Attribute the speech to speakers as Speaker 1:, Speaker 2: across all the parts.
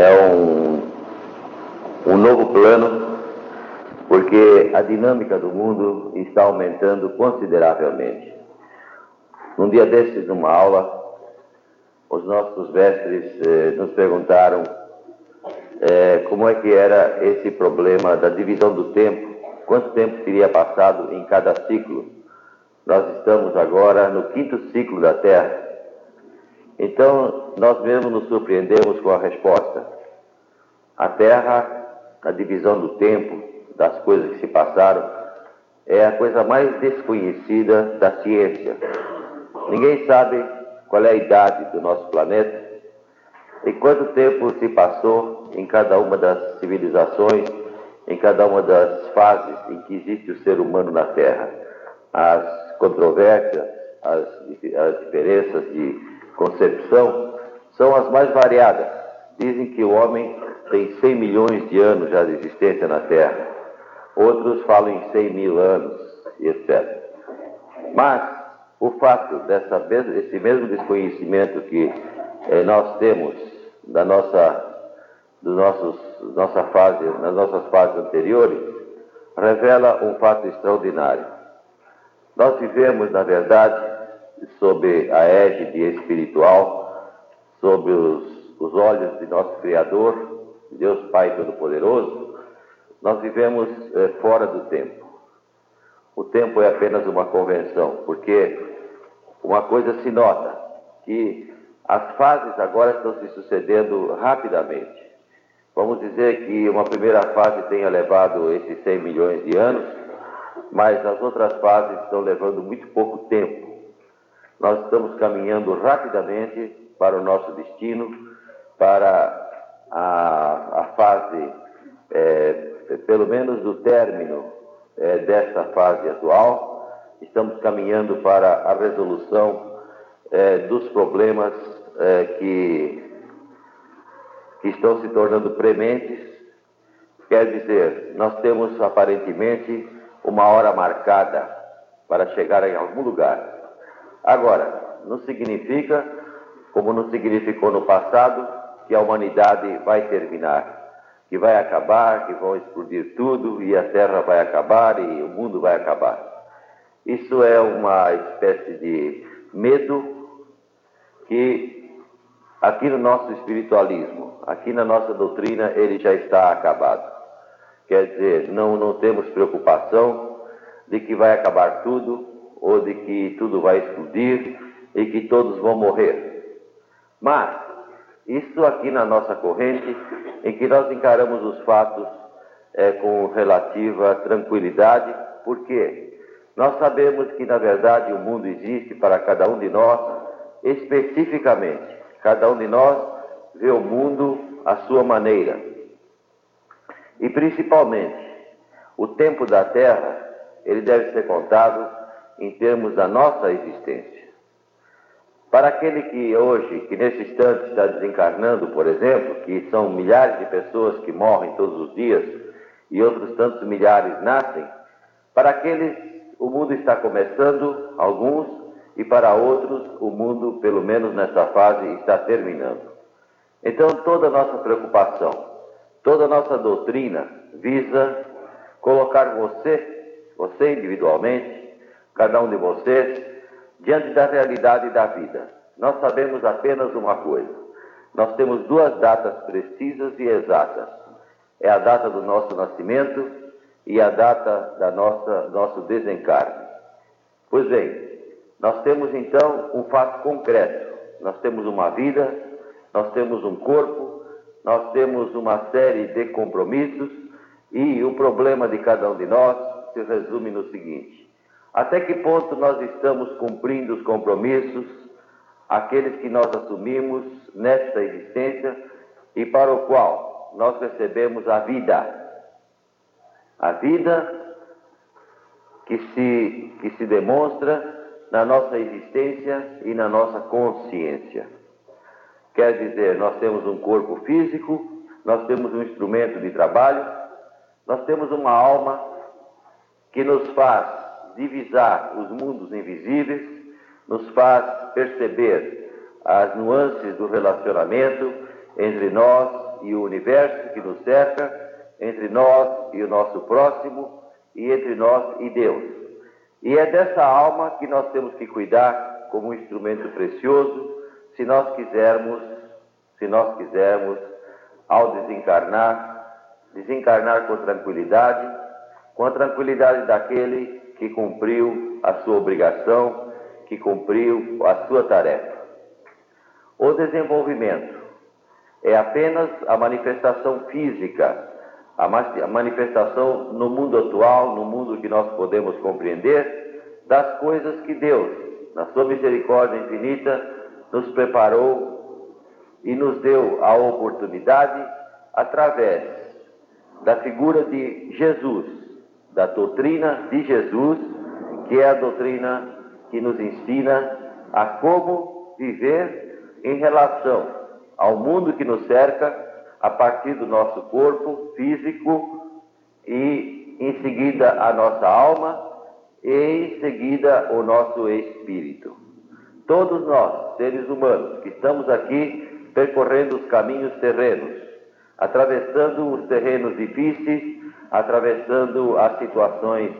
Speaker 1: é um novo plano, porque a dinâmica do mundo está aumentando consideravelmente. Num dia desses, numa aula, os nossos mestres nos perguntaram como é que era esse problema da divisão do tempo, quanto tempo teria passado em cada ciclo. Nós estamos agora no 5º ciclo da Terra. Então, nós mesmos nos surpreendemos com a resposta. A Terra, a divisão do tempo, das coisas que se passaram, é a coisa mais desconhecida da ciência. Ninguém sabe qual é a idade do nosso planeta e quanto tempo se passou em cada uma das civilizações, em cada uma das fases em que existe o ser humano na Terra. As controvérsias, as diferenças de concepção são as mais variadas. Dizem que o homem tem 100 milhões de anos já de existência na Terra. Outros falam em 100 mil anos, e etc. Mas o fato desse mesmo desconhecimento que nós temos nas nossas fases anteriores, revela um fato extraordinário. Nós vivemos, na verdade, sob a égide espiritual, sob os olhos de nosso Criador, Deus Pai Todo-Poderoso. Nós vivemos fora do tempo. O tempo é apenas uma convenção, porque uma coisa se nota, que as fases agora estão se sucedendo rapidamente. Vamos dizer que uma primeira fase tenha levado esses 100 milhões de anos, mas as outras fases estão levando muito pouco tempo. Nós estamos caminhando rapidamente para o nosso destino, para a fase, pelo menos do término desta fase atual. Estamos caminhando para a resolução dos problemas que estão se tornando prementes. Quer dizer, nós temos aparentemente uma hora marcada para chegar em algum lugar. Agora, não significa, como não significou no passado, que a humanidade vai terminar, que vai acabar, que vão explodir tudo e a Terra vai acabar e o mundo vai acabar. Isso é uma espécie de medo que aqui no nosso espiritualismo, aqui na nossa doutrina, ele já está acabado. Quer dizer, não temos preocupação de que vai acabar tudo, ou de que tudo vai explodir e que todos vão morrer. Mas, isso aqui na nossa corrente, em que nós encaramos os fatos com relativa tranquilidade, porque nós sabemos que, na verdade, o mundo existe para cada um de nós, especificamente. Cada um de nós vê o mundo à sua maneira. E, principalmente, o tempo da Terra, ele deve ser contado em termos da nossa existência. Para aquele que hoje, que nesse instante está desencarnando, por exemplo, que são milhares de pessoas que morrem todos os dias e outros tantos milhares nascem, para aqueles o mundo está começando, alguns, e para outros o mundo, pelo menos nessa fase, está terminando. Então toda a nossa preocupação, toda a nossa doutrina visa colocar você individualmente, cada um de vocês, diante da realidade da vida. Nós sabemos apenas uma coisa. Nós temos duas datas precisas e exatas. É a data do nosso nascimento e a data da nosso desencarne. Pois bem, nós temos então um fato concreto. Nós temos uma vida, nós temos um corpo, nós temos uma série de compromissos e o problema de cada um de nós se resume no seguinte: até que ponto nós estamos cumprindo os compromissos, aqueles que nós assumimos nesta existência e para o qual nós recebemos a vida. A vida que se demonstra na nossa existência e na nossa consciência. Quer dizer, nós temos um corpo físico, nós temos um instrumento de trabalho, nós temos uma alma que nos faz divisar os mundos invisíveis, nos faz perceber as nuances do relacionamento entre nós e o universo que nos cerca, entre nós e o nosso próximo, e entre nós e Deus. E é dessa alma que nós temos que cuidar como um instrumento precioso, se nós quisermos, ao desencarnar com a tranquilidade daquele que cumpriu a sua obrigação, que cumpriu a sua tarefa. O desenvolvimento é apenas a manifestação física, a manifestação no mundo atual, no mundo que nós podemos compreender, das coisas que Deus, na sua misericórdia infinita, nos preparou e nos deu a oportunidade, através da figura de Jesus, da doutrina de Jesus, que é a doutrina que nos ensina a como viver em relação ao mundo que nos cerca, a partir do nosso corpo físico e, em seguida, a nossa alma e, em seguida, o nosso espírito. Todos nós, seres humanos, que estamos aqui percorrendo os caminhos terrenos, atravessando os terrenos difíceis, atravessando as situações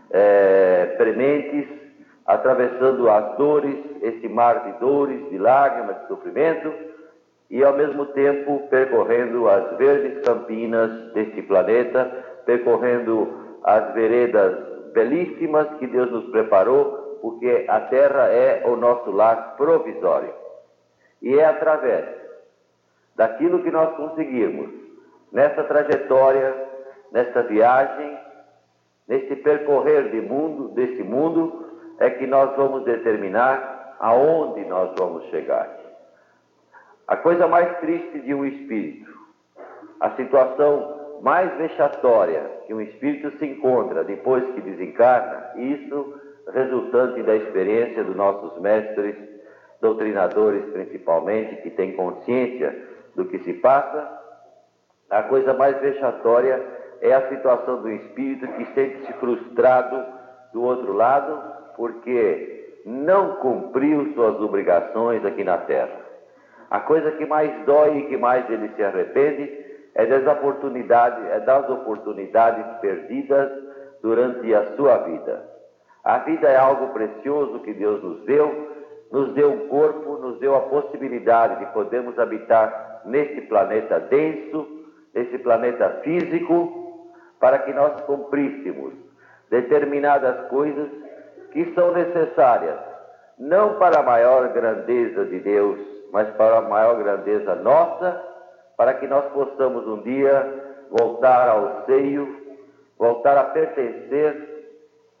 Speaker 1: prementes, atravessando as dores, esse mar de dores, de lágrimas, de sofrimento, e ao mesmo tempo percorrendo as verdes campinas deste planeta, percorrendo as veredas belíssimas que Deus nos preparou, porque a Terra é o nosso lar provisório. E é através daquilo que nós conseguirmos nessa trajetória, nessa viagem, nesse percorrer desse mundo, é que nós vamos determinar aonde nós vamos chegar. A coisa mais triste de um espírito, a situação mais vexatória que um espírito se encontra depois que desencarna, isso resultante da experiência dos nossos mestres, doutrinadores principalmente, que têm consciência do que se passa, a coisa mais vexatória é a situação do espírito que sente-se frustrado do outro lado porque não cumpriu suas obrigações aqui na Terra. A coisa que mais dói e que mais ele se arrepende é das oportunidades perdidas durante a sua vida. A vida é algo precioso que Deus nos deu um corpo, nos deu a possibilidade de podermos habitar neste planeta denso, nesse planeta físico, para que nós cumpríssemos determinadas coisas que são necessárias, não para a maior grandeza de Deus, mas para a maior grandeza nossa, para que nós possamos um dia voltar ao seio, voltar a pertencer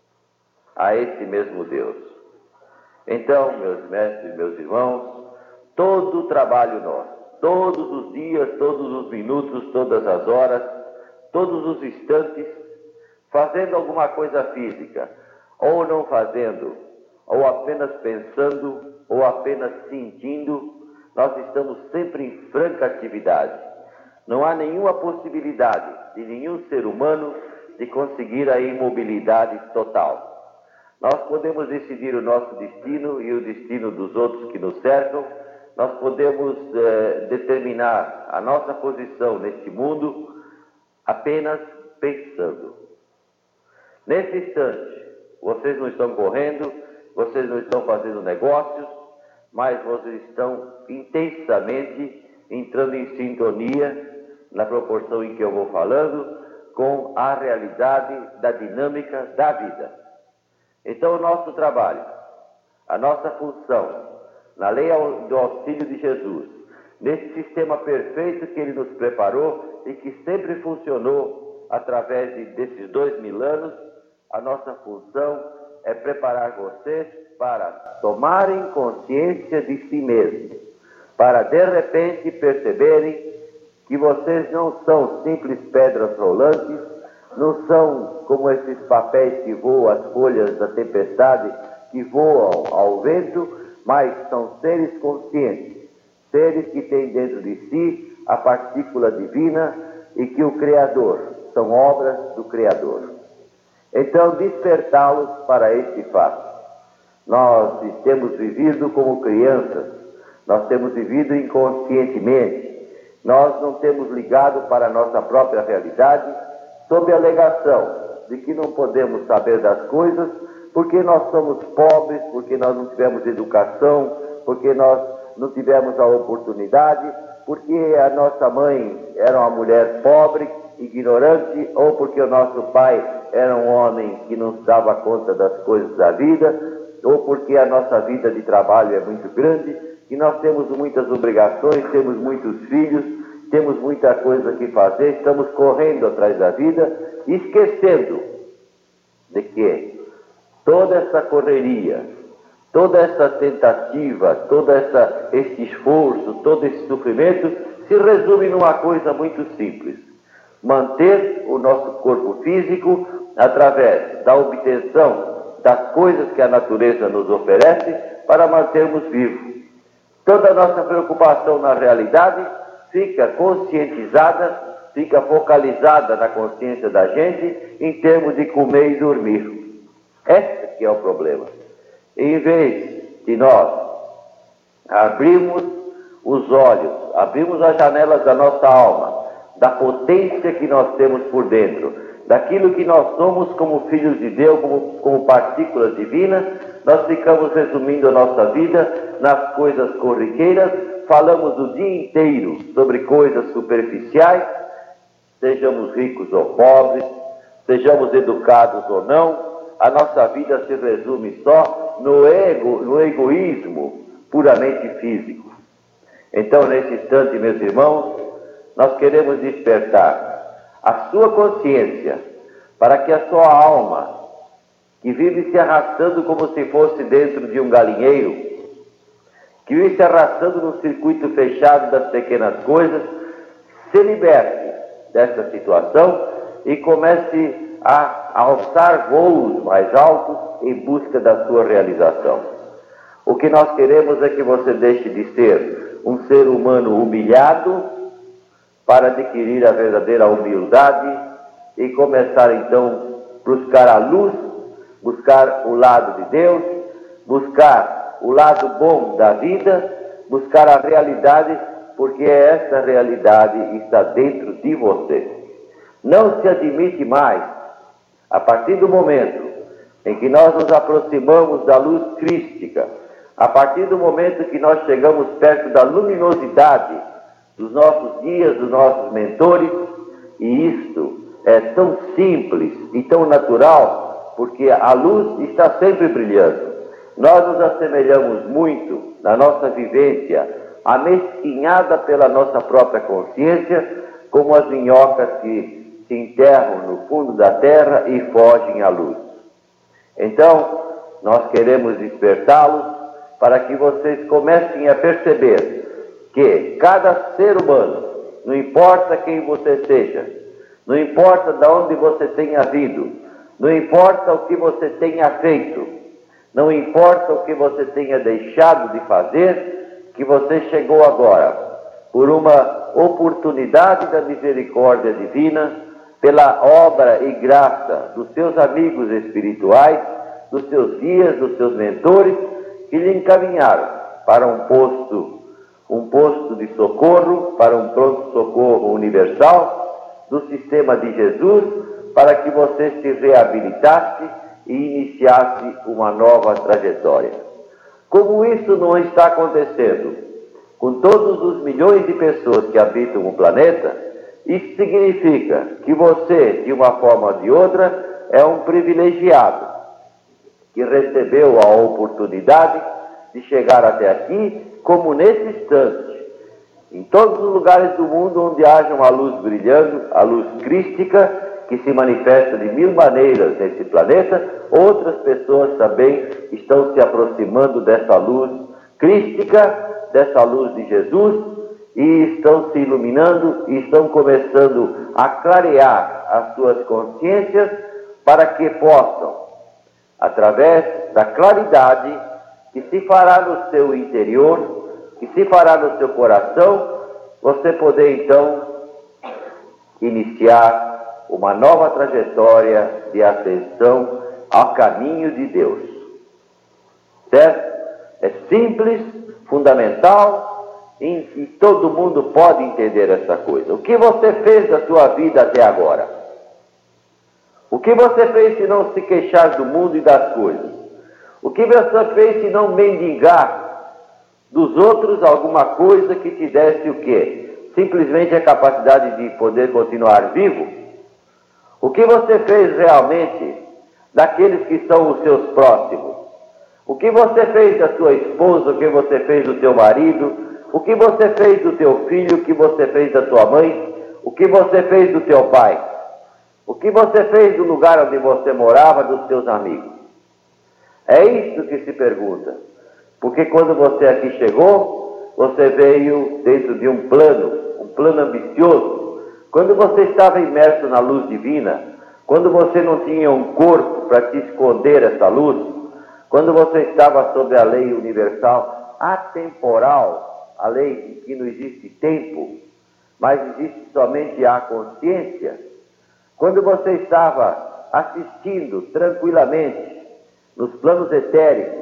Speaker 1: a esse mesmo Deus. Então, meus mestres, meus irmãos, todo o trabalho nosso, todos os dias, todos os minutos, todas as horas, todos os instantes, fazendo alguma coisa física, ou não fazendo, ou apenas pensando, ou apenas sentindo, nós estamos sempre em franca atividade. Não há nenhuma possibilidade de nenhum ser humano de conseguir a imobilidade total. Nós podemos decidir o nosso destino e o destino dos outros que nos cercam. Nós podemos determinar a nossa posição neste mundo apenas pensando. Nesse instante, vocês não estão correndo, vocês não estão fazendo negócios, mas vocês estão intensamente entrando em sintonia, na proporção em que eu vou falando, com a realidade da dinâmica da vida. Então, o nosso trabalho, a nossa função, na lei do auxílio de Jesus, nesse sistema perfeito que Ele nos preparou e que sempre funcionou através desses 2000 anos, a nossa função é preparar vocês para tomarem consciência de si mesmos, para de repente perceberem que vocês não são simples pedras rolantes, não são como esses papéis que voam, as folhas da tempestade que voam ao vento, mas são seres conscientes, seres que têm dentro de si a partícula divina e que o Criador, são obras do Criador. Então, despertá-los para este fato. Nós temos vivido como crianças, nós temos vivido inconscientemente, nós não temos ligado para a nossa própria realidade, sob a alegação de que não podemos saber das coisas, porque nós somos pobres, porque nós não tivemos educação, porque nós não tivemos a oportunidade, porque a nossa mãe era uma mulher pobre, ignorante, ou porque o nosso pai era um homem que não se dava conta das coisas da vida, ou porque a nossa vida de trabalho é muito grande, e nós temos muitas obrigações, temos muitos filhos, temos muita coisa que fazer, estamos correndo atrás da vida, esquecendo de que toda essa correria, toda essa tentativa, todo esse esforço, todo esse sofrimento se resume numa coisa muito simples: manter o nosso corpo físico através da obtenção das coisas que a natureza nos oferece para mantermos vivos. Toda a nossa preocupação na realidade fica conscientizada, fica focalizada na consciência da gente em termos de comer e dormir. Esse que é o problema. Em vez de nós abrirmos os olhos, abrirmos as janelas da nossa alma, da potência que nós temos por dentro, daquilo que nós somos como filhos de Deus, como partículas divinas, nós ficamos resumindo a nossa vida nas coisas corriqueiras, falamos o dia inteiro sobre coisas superficiais, sejamos ricos ou pobres, sejamos educados ou não, a nossa vida se resume só no egoísmo puramente físico. Então, nesse instante, meus irmãos, nós queremos despertar a sua consciência para que a sua alma, que vive se arrastando como se fosse dentro de um galinheiro, que vive se arrastando num circuito fechado das pequenas coisas, se liberte dessa situação e comece a alçar voos mais altos em busca da sua realização. O que nós queremos é que você deixe de ser um ser humano humilhado para adquirir a verdadeira humildade e começar então a buscar a luz, buscar o lado de Deus, buscar o lado bom da vida, buscar a realidade, porque essa realidade está dentro de você. Não se admite mais, a partir do momento em que nós nos aproximamos da luz crística, a partir do momento que nós chegamos perto da luminosidade dos nossos guias, dos nossos mentores, e isto é tão simples e tão natural, porque a luz está sempre brilhando. Nós nos assemelhamos muito na nossa vivência, amesquinhada pela nossa própria consciência, como as minhocas que se enterram no fundo da terra e fogem à luz. Então, nós queremos despertá-los para que vocês comecem a perceber que cada ser humano, não importa quem você seja, não importa de onde você tenha vindo, não importa o que você tenha feito, não importa o que você tenha deixado de fazer, que você chegou agora, por uma oportunidade da misericórdia divina, pela obra e graça dos seus amigos espirituais, dos seus guias, dos seus mentores, que lhe encaminharam para um posto de socorro, para um pronto-socorro universal do sistema de Jesus, para que você se reabilitasse e iniciasse uma nova trajetória. Como isso não está acontecendo com todos os milhões de pessoas que habitam o planeta, isso significa que você, de uma forma ou de outra, é um privilegiado que recebeu a oportunidade de chegar até aqui, como nesse instante, em todos os lugares do mundo onde haja uma luz brilhando, a luz crística, que se manifesta de mil maneiras nesse planeta, outras pessoas também estão se aproximando dessa luz crística, dessa luz de Jesus, e estão se iluminando e estão começando a clarear as suas consciências para que possam, através da claridade que se fará no seu interior, que se fará no seu coração, você poder então iniciar uma nova trajetória de ascensão ao caminho de Deus. Certo? É simples, fundamental, E todo mundo pode entender essa coisa. O que você fez da sua vida até agora? O que você fez se não se queixar do mundo e das coisas? O que você fez se não mendigar dos outros alguma coisa que te desse o quê? Simplesmente a capacidade de poder continuar vivo? O que você fez realmente daqueles que são os seus próximos? O que você fez da sua esposa? O que você fez do teu marido? O que você fez do teu filho? O que você fez da tua mãe? O que você fez do teu pai? O que você fez do lugar onde você morava, dos teus amigos? É isso que se pergunta. Porque quando você aqui chegou, você veio dentro de um plano ambicioso. Quando você estava imerso na luz divina, quando você não tinha um corpo para te esconder essa luz, quando você estava sob a lei universal, atemporal, a lei de que não existe tempo, mas existe somente a consciência, quando você estava assistindo tranquilamente, nos planos etéricos,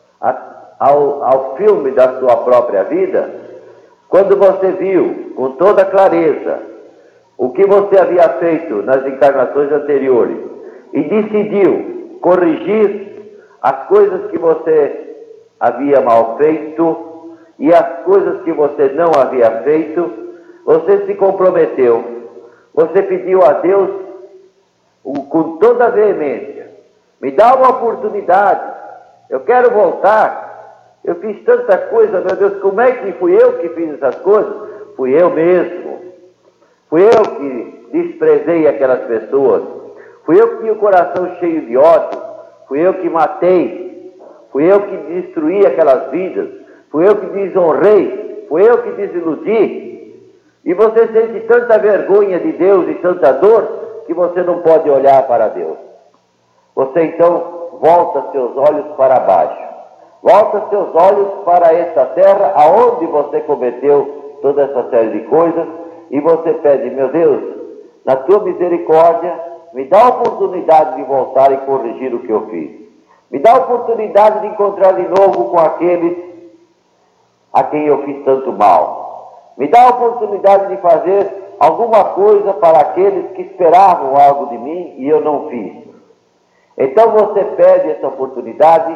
Speaker 1: ao filme da sua própria vida, quando você viu com toda clareza o que você havia feito nas encarnações anteriores e decidiu corrigir as coisas que você havia mal feito e as coisas que você não havia feito, você se comprometeu, você pediu a Deus com toda a veemência: me dá uma oportunidade, eu quero voltar, eu fiz tanta coisa, meu Deus, como é que fui eu que fiz essas coisas? Fui eu mesmo, fui eu que desprezei aquelas pessoas, fui eu que tinha o coração cheio de ódio, fui eu que matei, fui eu que destruí aquelas vidas, fui eu que desonrei, fui eu que desiludi, e você sente tanta vergonha de Deus e tanta dor que você não pode olhar para Deus. Você então volta seus olhos para baixo, volta seus olhos para esta terra aonde você cometeu toda essa série de coisas e você pede: meu Deus, na tua misericórdia, me dá a oportunidade de voltar e corrigir o que eu fiz. Me dá a oportunidade de encontrar de novo com aqueles a quem eu fiz tanto mal. Me dá a oportunidade de fazer alguma coisa para aqueles que esperavam algo de mim e eu não fiz. Então você pede essa oportunidade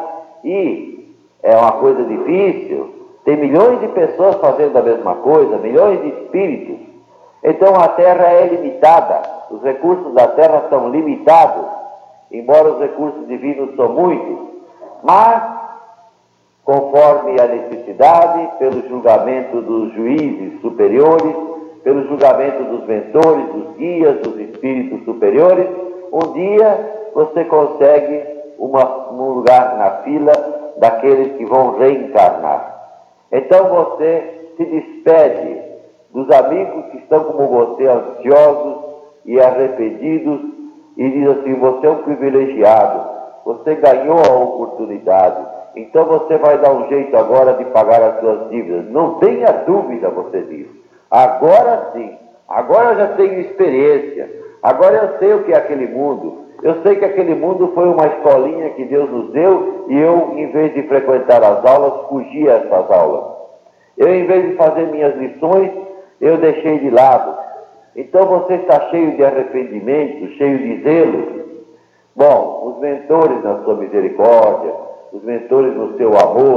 Speaker 1: e é uma coisa difícil. Tem milhões de pessoas fazendo a mesma coisa, milhões de espíritos. Então a Terra é limitada, os recursos da Terra são limitados, embora os recursos divinos são muitos. Mas, conforme a necessidade, pelo julgamento dos juízes superiores, pelo julgamento dos mentores, dos guias, dos espíritos superiores, um dia você consegue um lugar na fila daqueles que vão reencarnar. Então você se despede dos amigos que estão como você, ansiosos e arrependidos, e diz assim: você é um privilegiado, você ganhou a oportunidade, então você vai dar um jeito agora de pagar as suas dívidas. Não tenha dúvida, você diz. Agora sim, agora eu já tenho experiência, agora eu sei o que é aquele mundo. Eu sei que aquele mundo foi uma escolinha que Deus nos deu e eu, em vez de frequentar as aulas, fugi a essas aulas. Eu, em vez de fazer minhas lições, eu deixei de lado. Então você está cheio de arrependimento, cheio de zelo. Bom, os mentores na sua misericórdia, os mentores no seu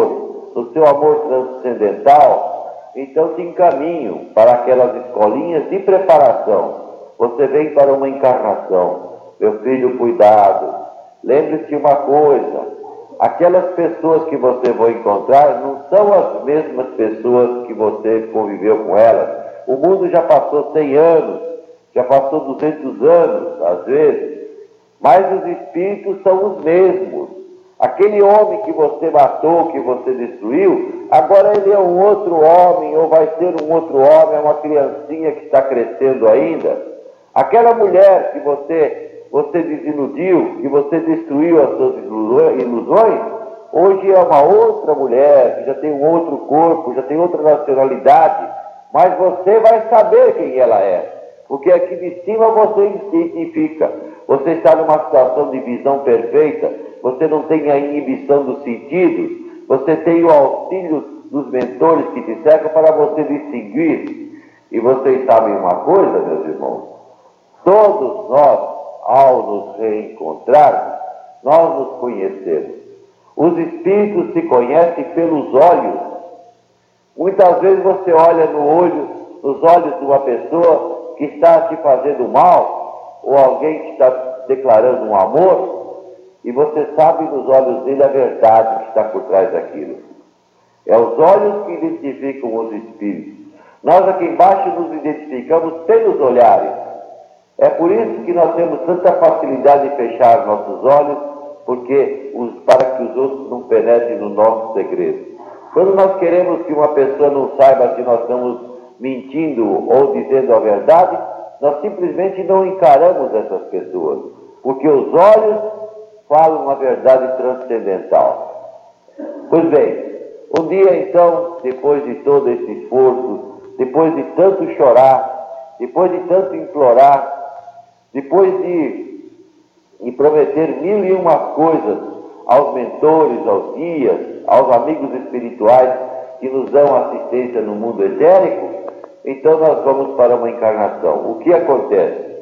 Speaker 1: amor transcendental, então te encaminham para aquelas escolinhas de preparação. Você vem para uma encarnação. Meu filho, cuidado. Lembre-se uma coisa: aquelas pessoas que você vai encontrar não são as mesmas pessoas que você conviveu com elas. O mundo já passou 100 anos, já passou 200 anos, às vezes, mas os espíritos são os mesmos. Aquele homem que você matou, que você destruiu, agora ele é um outro homem, ou vai ser um outro homem, é uma criancinha que está crescendo ainda. Aquela mulher que você desiludiu, que você destruiu as suas ilusões, hoje é uma outra mulher, que já tem um outro corpo, já tem outra nacionalidade, mas você vai saber quem ela é, porque aqui de cima você identifica. Você está numa situação de visão perfeita, você não tem a inibição dos sentidos, você tem o auxílio dos mentores que te cercam para você distinguir. E vocês sabem uma coisa, meus irmãos, todos nós, ao nos reencontrar, nós nos conhecemos. Os espíritos se conhecem pelos olhos. Muitas vezes você olha nos olhos de uma pessoa que está te fazendo mal, ou alguém que está declarando um amor, e você sabe nos olhos dele a verdade que está por trás daquilo. É os olhos que identificam os espíritos. Nós aqui embaixo nos identificamos pelos olhares. É por isso que nós temos tanta facilidade de fechar nossos olhos, para que os outros não penetrem no nosso segredo. Quando nós queremos que uma pessoa não saiba que nós estamos mentindo ou dizendo a verdade, nós simplesmente não encaramos essas pessoas, porque os olhos falam uma verdade transcendental. Pois bem, um dia então, depois de todo esse esforço, depois de tanto chorar, depois de tanto implorar, depois de prometer 1001 coisas aos mentores, aos guias, aos amigos espirituais que nos dão assistência no mundo etérico, então nós vamos para uma encarnação. O que acontece?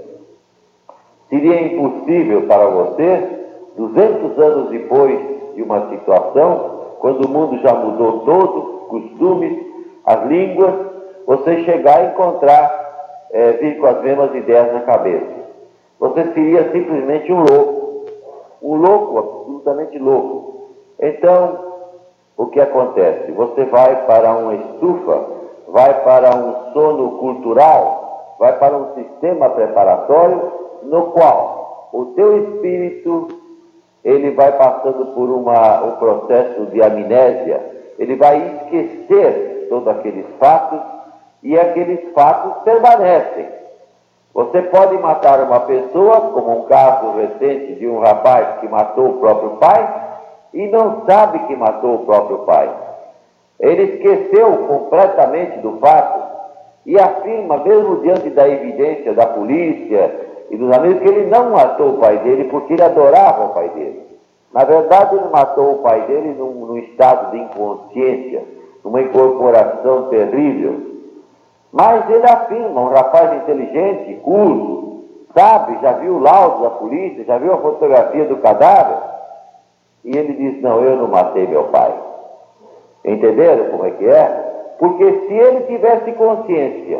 Speaker 1: Seria impossível para você, 200 anos depois de uma situação, quando o mundo já mudou todo, costumes, as línguas, você chegar e encontrar, vir com as mesmas ideias na cabeça. Você seria simplesmente um louco, absolutamente louco. Então, o que acontece? Você vai para uma estufa, vai para um sono cultural, vai para um sistema preparatório, no qual o teu espírito, ele vai passando por um processo de amnésia, ele vai esquecer todos aqueles fatos, e aqueles fatos permanecem. Você pode matar uma pessoa, como um caso recente de um rapaz que matou o próprio pai, e não sabe que matou o próprio pai. Ele esqueceu completamente do fato, e afirma, mesmo diante da evidência da polícia e dos amigos, que ele não matou o pai dele porque ele adorava o pai dele. Na verdade, ele matou o pai dele num estado de inconsciência, numa incorporação terrível. Mas ele afirma, um rapaz inteligente, culto, sabe, já viu o laudo da polícia, já viu a fotografia do cadáver, e ele diz, não, eu não matei meu pai. Entenderam como é que é? Porque se ele tivesse consciência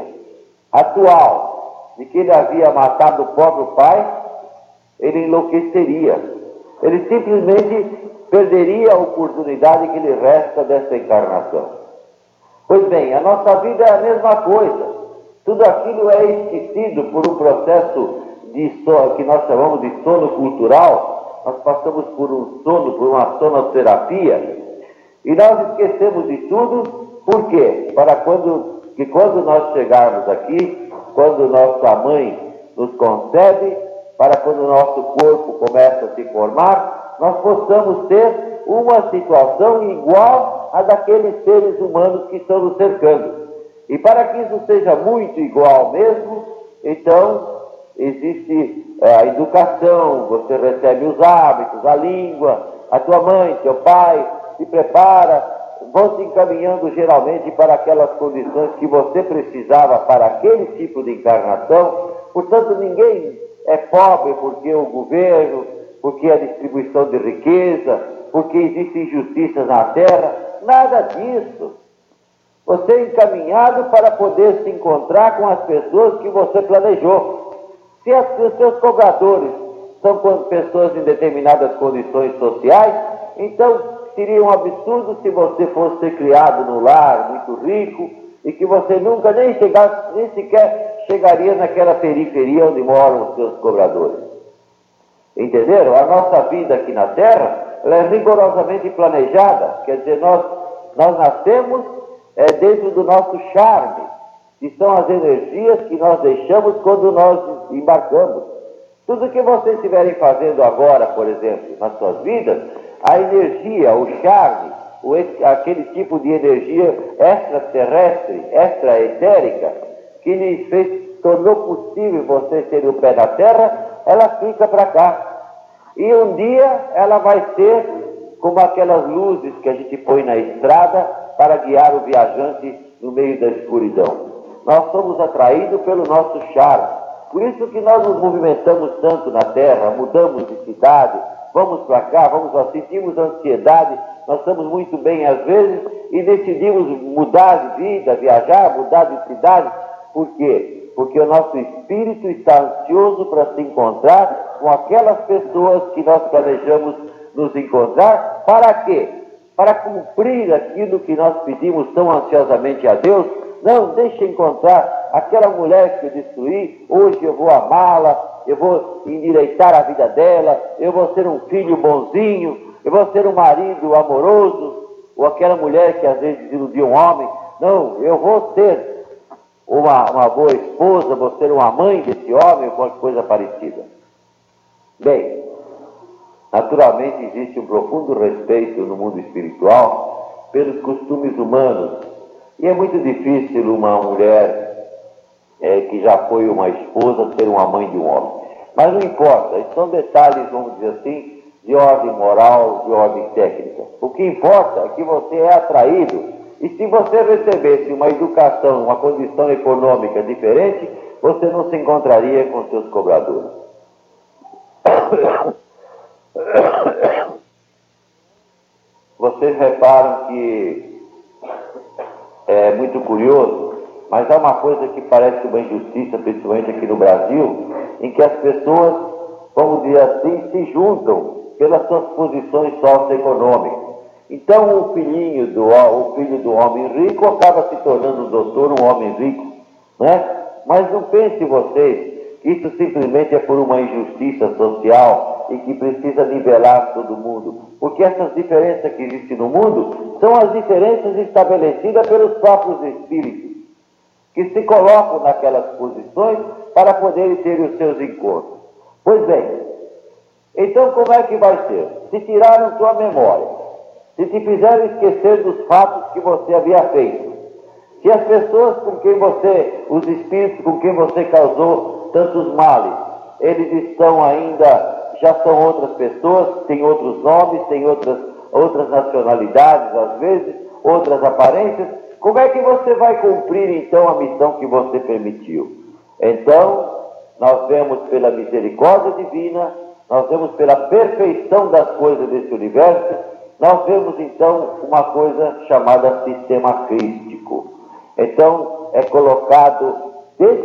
Speaker 1: atual de que ele havia matado o próprio pai, ele enlouqueceria. Ele simplesmente perderia a oportunidade que lhe resta dessa encarnação. Pois bem, a nossa vida é a mesma coisa. Tudo aquilo é esquecido por um processo que nós chamamos de sono cultural. Nós passamos por um sono, por uma sonoterapia, e nós esquecemos de tudo. Por quê? Quando nós chegarmos aqui, quando nossa mãe nos concebe, para quando o nosso corpo começa a se formar, nós possamos ter uma situação igual a daqueles seres humanos que estão nos cercando. E para que isso seja muito igual mesmo, então existe a educação, você recebe os hábitos, a língua, a tua mãe, teu pai, se prepara, vão se encaminhando geralmente para aquelas condições que você precisava para aquele tipo de encarnação. Portanto, ninguém é pobre porque o governo, porque a distribuição de riqueza, porque existem injustiças na terra, nada disso. Você é encaminhado para poder se encontrar com as pessoas que você planejou. Se os seus cobradores são pessoas em determinadas condições sociais, então seria um absurdo se você fosse ser criado num lar muito rico e que você nunca nem sequer chegaria naquela periferia onde moram os seus cobradores. Entenderam? A nossa vida aqui na Terra, ela é rigorosamente planejada. Quer dizer, nós nascemos dentro do nosso charme, que são as energias que nós deixamos quando nós embarcamos. Tudo que vocês estiverem fazendo agora, por exemplo, nas suas vidas, a energia, o charme, aquele tipo de energia extraterrestre, extraetérica, que lhes tornou possível vocês terem o pé na Terra, ela fica para cá. E um dia ela vai ser como aquelas luzes que a gente põe na estrada para guiar o viajante no meio da escuridão. Nós somos atraídos pelo nosso charme. Por isso que nós nos movimentamos tanto na terra, mudamos de cidade, vamos para cá, vamos lá, sentimos ansiedade, nós estamos muito bem às vezes e decidimos mudar de vida, viajar, mudar de cidade. Por quê? Porque o nosso espírito está ansioso para se encontrar com aquelas pessoas que nós planejamos nos encontrar. Para quê? Para cumprir aquilo que nós pedimos tão ansiosamente a Deus. Não, deixa encontrar aquela mulher que eu destruí, hoje eu vou amá-la, eu vou endireitar a vida dela, eu vou ser um filho bonzinho, eu vou ser um marido amoroso, ou aquela mulher que às vezes desiludiu um homem. Não, eu vou ser uma boa esposa, vou ser uma mãe desse homem, ou qualquer coisa parecida. Bem, naturalmente existe um profundo respeito no mundo espiritual pelos costumes humanos. E é muito difícil uma mulher que já foi uma esposa ser uma mãe de um homem. Mas não importa, são detalhes, vamos dizer assim, de ordem moral, de ordem técnica. O que importa é que você é atraído. E se você recebesse uma educação, uma condição econômica diferente, você não se encontraria com seus cobradores. Vocês reparam que é muito curioso, mas há uma coisa que parece uma injustiça, principalmente aqui no Brasil, em que as pessoas, vamos dizer assim, se juntam pelas suas posições socioeconômicas. Então o filho do homem rico acaba se tornando um doutor, um homem rico, né? Mas não pense vocês que isso simplesmente é por uma injustiça social e que precisa nivelar todo mundo, porque essas diferenças que existem no mundo são as diferenças estabelecidas pelos próprios espíritos, que se colocam naquelas posições para poderem ter os seus encontros. Pois bem, então como é que vai ser? Se tiraram tua memória, se te fizeram esquecer dos fatos que você havia feito, se as pessoas com quem você, os espíritos com quem você causou tantos males, eles estão ainda, já são outras pessoas, têm outros nomes, têm outras nacionalidades, às vezes, outras aparências, como é que você vai cumprir então a missão que você permitiu? Então, nós vemos pela misericórdia divina, nós vemos pela perfeição das coisas desse universo, nós vemos então uma coisa chamada sistema crístico. Então, é colocado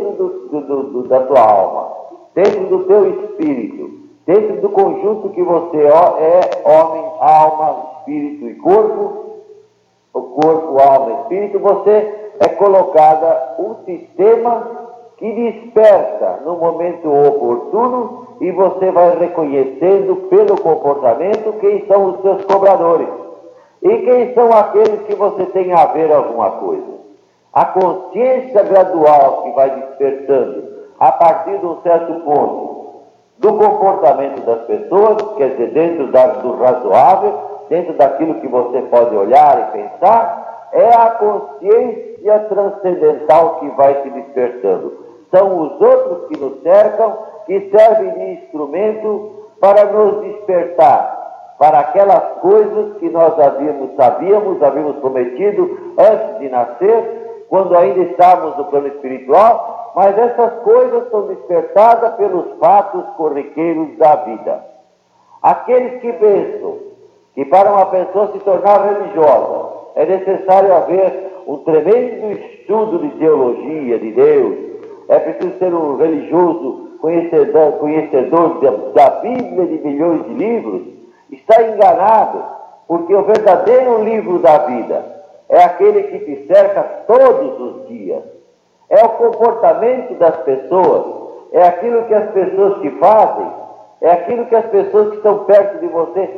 Speaker 1: dentro da tua alma, dentro do teu espírito, dentro do conjunto que você é, homem, alma, espírito e corpo, o corpo, alma, espírito, você é colocada um sistema que desperta no momento oportuno e você vai reconhecendo pelo comportamento quem são os seus cobradores e quem são aqueles que você tem a ver alguma coisa. A consciência gradual que vai despertando a partir de um certo ponto do comportamento das pessoas, quer dizer, dentro do razoável, dentro daquilo que você pode olhar e pensar, é a consciência transcendental que vai se despertando. São os outros que nos cercam, que servem de instrumento para nos despertar para aquelas coisas que nós havíamos prometido antes de nascer, quando ainda estávamos no plano espiritual, mas essas coisas são despertadas pelos fatos corriqueiros da vida. Aqueles que pensam que para uma pessoa se tornar religiosa é necessário haver um tremendo estudo de teologia, de Deus, é preciso ser um religioso conhecedor da Bíblia de milhões de livros, está enganado, porque o verdadeiro livro da vida é aquele que te cerca todos os dias. É o comportamento das pessoas, é aquilo que as pessoas te fazem, é aquilo que as pessoas que estão perto de você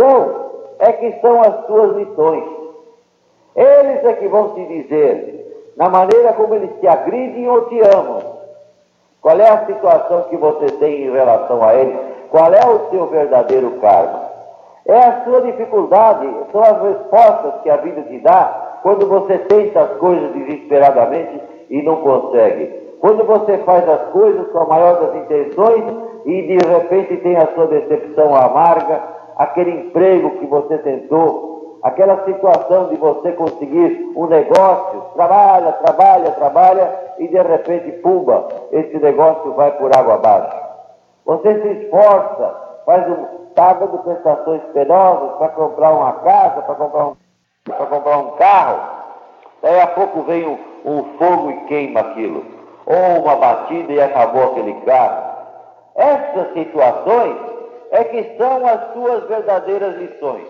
Speaker 1: são as suas lições. Eles é que vão te dizer, na maneira como eles te agridem ou te amam, qual é a situação que você tem em relação a eles, qual é o seu verdadeiro karma. É a sua dificuldade, são as respostas que a vida te dá quando você tenta as coisas desesperadamente e não consegue. Quando você faz as coisas com a maior das intenções e de repente tem a sua decepção amarga, aquele emprego que você tentou aquela situação de você conseguir um negócio, trabalha, e de repente, pumba, esse negócio vai por água abaixo. Você se esforça, paga de prestações penosas para comprar uma casa, para comprar um carro, daí a pouco vem um fogo e queima aquilo, ou uma batida e acabou aquele carro. Essas situações é que são as suas verdadeiras lições.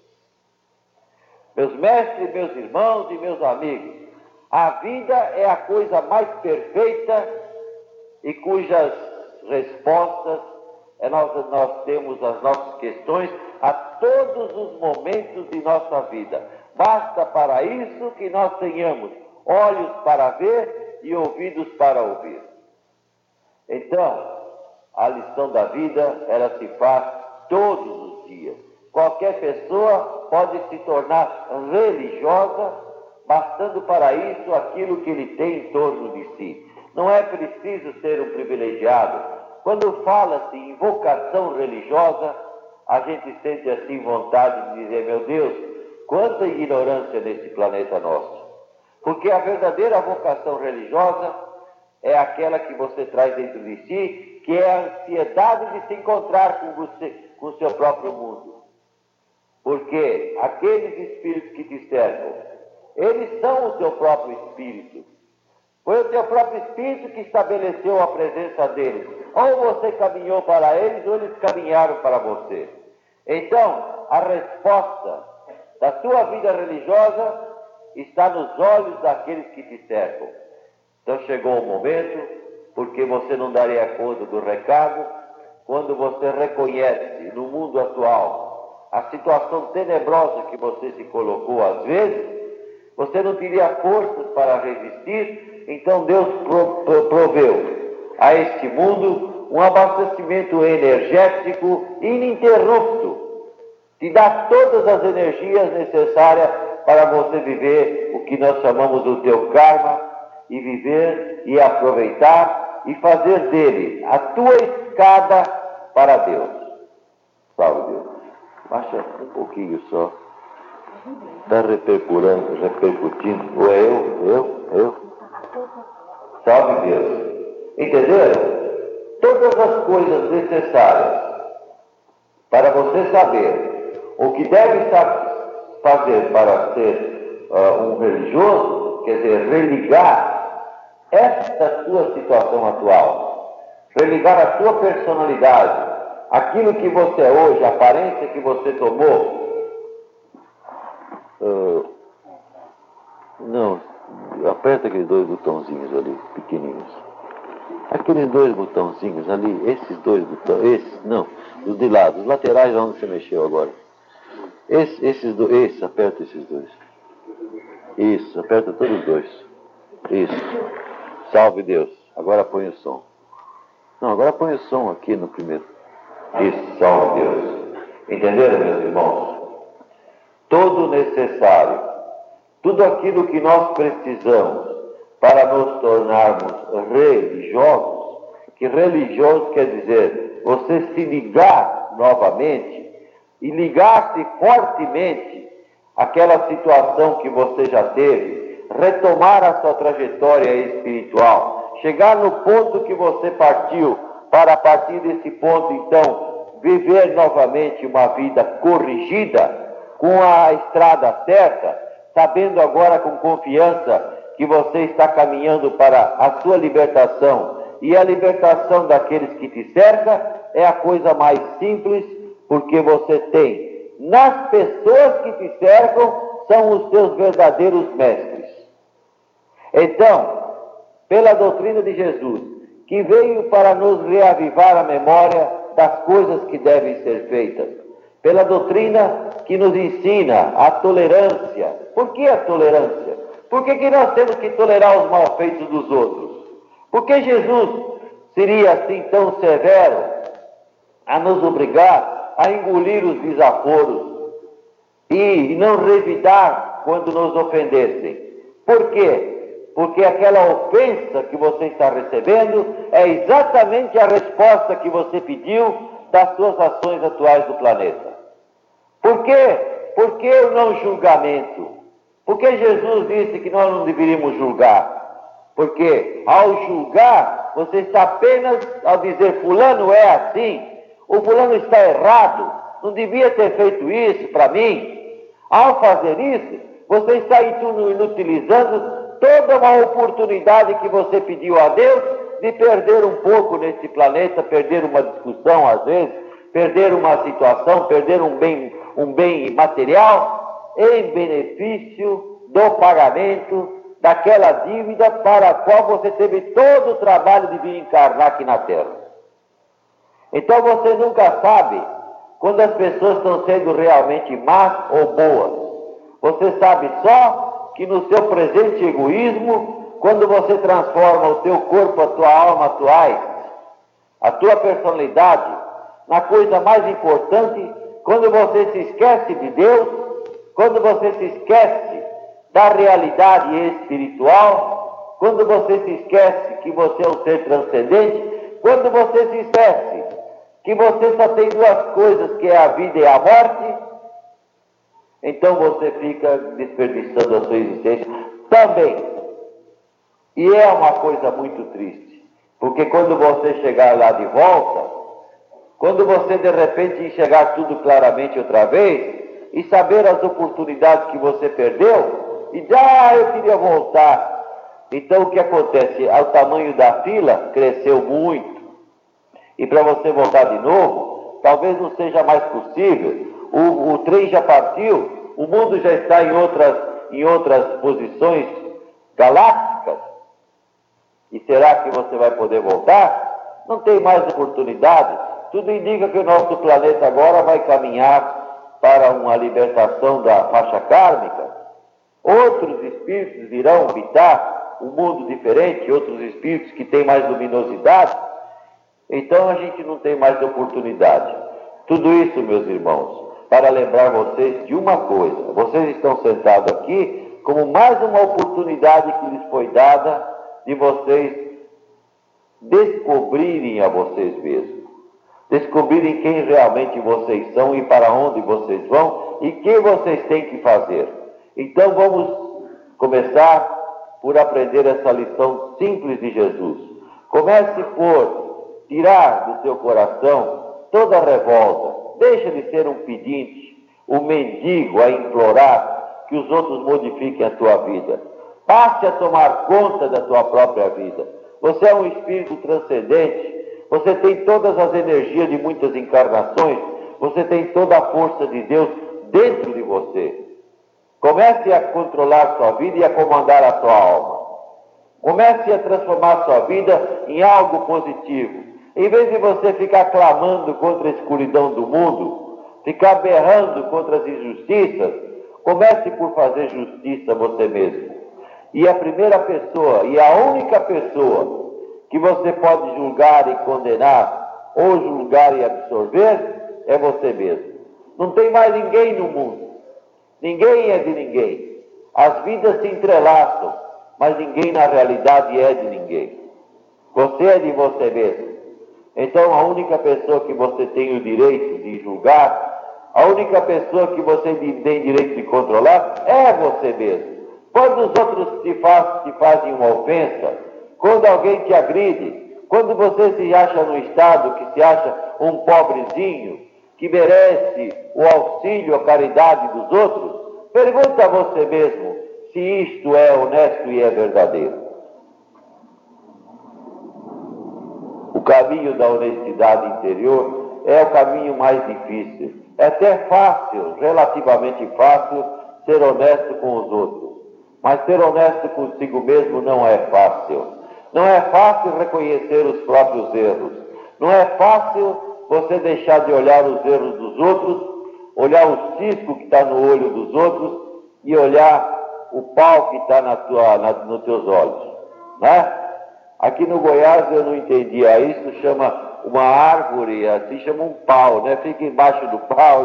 Speaker 1: Meus mestres, meus irmãos e meus amigos, a vida é a coisa mais perfeita e cujas respostas nós temos as nossas questões a todos os momentos de nossa vida. Basta para isso que nós tenhamos olhos para ver e ouvidos para ouvir. Então, a lição da vida, ela se faz todos os dias. Qualquer pessoa pode se tornar religiosa, bastando para isso aquilo que ele tem em torno de si. Não é preciso ser um privilegiado. Quando fala-se em vocação religiosa, a gente sente assim vontade de dizer, meu Deus, quanta ignorância nesse planeta nosso. Porque a verdadeira vocação religiosa é aquela que você traz dentro de si, que é a ansiedade de se encontrar com o seu próprio mundo. Porque aqueles espíritos que te cercam, eles são o teu próprio espírito. Foi o teu próprio espírito que estabeleceu a presença deles. Ou você caminhou para eles, ou eles caminharam para você. Então, a resposta da tua vida religiosa está nos olhos daqueles que te cercam. Então chegou o momento, porque você não daria conta do recado, quando você reconhece no mundo atual a situação tenebrosa que você se colocou às vezes, você não teria forças para resistir, então Deus proveu a este mundo um abastecimento energético ininterrupto, te dá todas as energias necessárias para você viver o que nós chamamos do teu karma, e viver e aproveitar e fazer dele a tua escada para Deus. Salve Deus. Baixa um pouquinho só. Está repercutindo. Ou eu. Salve Deus. Entenderam? Todas as coisas necessárias para você saber o que deve fazer para ser um religioso, quer dizer, religar esta sua situação atual, religar a sua personalidade, aquilo que você é hoje, a aparência que você tomou. Não, aperta aqueles dois botãozinhos ali, pequenininhos. Aqueles dois botãozinhos ali, esses dois botões, os de lado, os laterais onde você mexeu agora. Aperta esses dois. Isso, aperta todos os dois. Isso. Salve Deus. Agora põe o som. Não, agora põe o som aqui no primeiro. Isso, salve Deus. Entenderam, meus irmãos? Todo necessário, tudo aquilo que nós precisamos para nos tornarmos religiosos, que religioso quer dizer você se ligar novamente e ligar-se fortemente àquela situação que você já teve, retomar a sua trajetória espiritual, chegar no ponto que você partiu, para a partir desse ponto, então, viver novamente uma vida corrigida, com a estrada certa, sabendo agora com confiança que você está caminhando para a sua libertação, e a libertação daqueles que te cercam é a coisa mais simples, porque você tem, nas pessoas que te cercam, são os seus verdadeiros mestres. Então, pela doutrina de Jesus, que veio para nos reavivar a memória das coisas que devem ser feitas, pela doutrina que nos ensina a tolerância. Por que a tolerância? Por que nós temos que tolerar os malfeitos dos outros? Por que Jesus seria assim tão severo a nos obrigar a engolir os desaforos e não revidar quando nos ofendessem? Por quê? Porque aquela ofensa que você está recebendo é exatamente a resposta que você pediu das suas ações atuais do planeta. Por que por que o não julgamento? Porque Jesus disse que nós não deveríamos julgar. Porque ao julgar, você está apenas ao dizer fulano é assim, o fulano está errado, não devia ter feito isso para mim. Ao fazer isso, você está inutilizando toda uma oportunidade que você pediu a Deus de perder um pouco nesse planeta, perder uma discussão às vezes, perder uma situação, perder um bem material, em benefício do pagamento daquela dívida para a qual você teve todo o trabalho de vir encarnar aqui na Terra. Então você nunca sabe quando as pessoas estão sendo realmente más ou boas. Você sabe só que no seu presente egoísmo, quando você transforma o teu corpo, a tua alma, a tua personalidade, na coisa mais importante, quando você se esquece de Deus, quando você se esquece da realidade espiritual, quando você se esquece que você é um ser transcendente, quando você se esquece que você só tem duas coisas, que é a vida e a morte, então você fica desperdiçando a sua existência também. E é uma coisa muito triste, porque quando você chegar lá de volta, quando você de repente enxergar tudo claramente outra vez, e saber as oportunidades que você perdeu, e dizer, eu queria voltar. Então o que acontece? O tamanho da fila cresceu muito, e para você voltar de novo, talvez não seja mais possível. O trem já partiu, o mundo já está em outras posições galácticas. E será que você vai poder voltar? Não tem mais oportunidade. Tudo indica que o nosso planeta agora vai caminhar para uma libertação da faixa kármica. Outros espíritos virão habitar um mundo diferente, outros espíritos que têm mais luminosidade. Então a gente não tem mais oportunidade. Tudo isso, meus irmãos, para lembrar vocês de uma coisa. Vocês estão sentados aqui como mais uma oportunidade que lhes foi dada de vocês descobrirem a vocês mesmos. Descobrirem quem realmente vocês são e para onde vocês vão e o que vocês têm que fazer. Então vamos começar por aprender essa lição simples de Jesus. Comece por tirar do seu coração toda a revolta. Deixa de ser um pedinte, um mendigo a implorar que os outros modifiquem a tua vida. Passe a tomar conta da tua própria vida. Você é um espírito transcendente. Você tem todas as energias de muitas encarnações. Você tem toda a força de Deus dentro de você. Comece a controlar sua vida e a comandar a sua alma. Comece a transformar sua vida em algo positivo. Em vez de você ficar clamando contra a escuridão do mundo, ficar berrando contra as injustiças, comece por fazer justiça a você mesmo. E a primeira pessoa, e a única pessoa que você pode julgar e condenar, ou julgar e absorver, é você mesmo. Não tem mais ninguém no mundo. Ninguém é de ninguém. As vidas se entrelaçam, mas ninguém na realidade é de ninguém. Você é de você mesmo. Então a única pessoa que você tem o direito de julgar, a única pessoa que você tem direito de controlar, é você mesmo. Quando os outros te fazem uma ofensa, quando alguém te agride, quando você se acha no estado que se acha um pobrezinho, que merece o auxílio, a caridade dos outros, pergunta a você mesmo se isto é honesto e é verdadeiro. O caminho da honestidade interior é o caminho mais difícil. É até fácil, relativamente fácil, ser honesto com os outros. Mas ser honesto consigo mesmo não é fácil. Não é fácil reconhecer os próprios erros. Não é fácil você deixar de olhar os erros dos outros, olhar o cisco que está no olho dos outros e olhar o pau que está nos teus olhos. Né? Aqui no Goiás eu não entendia isso, chama uma árvore, assim chama um pau, né? Fica embaixo do pau,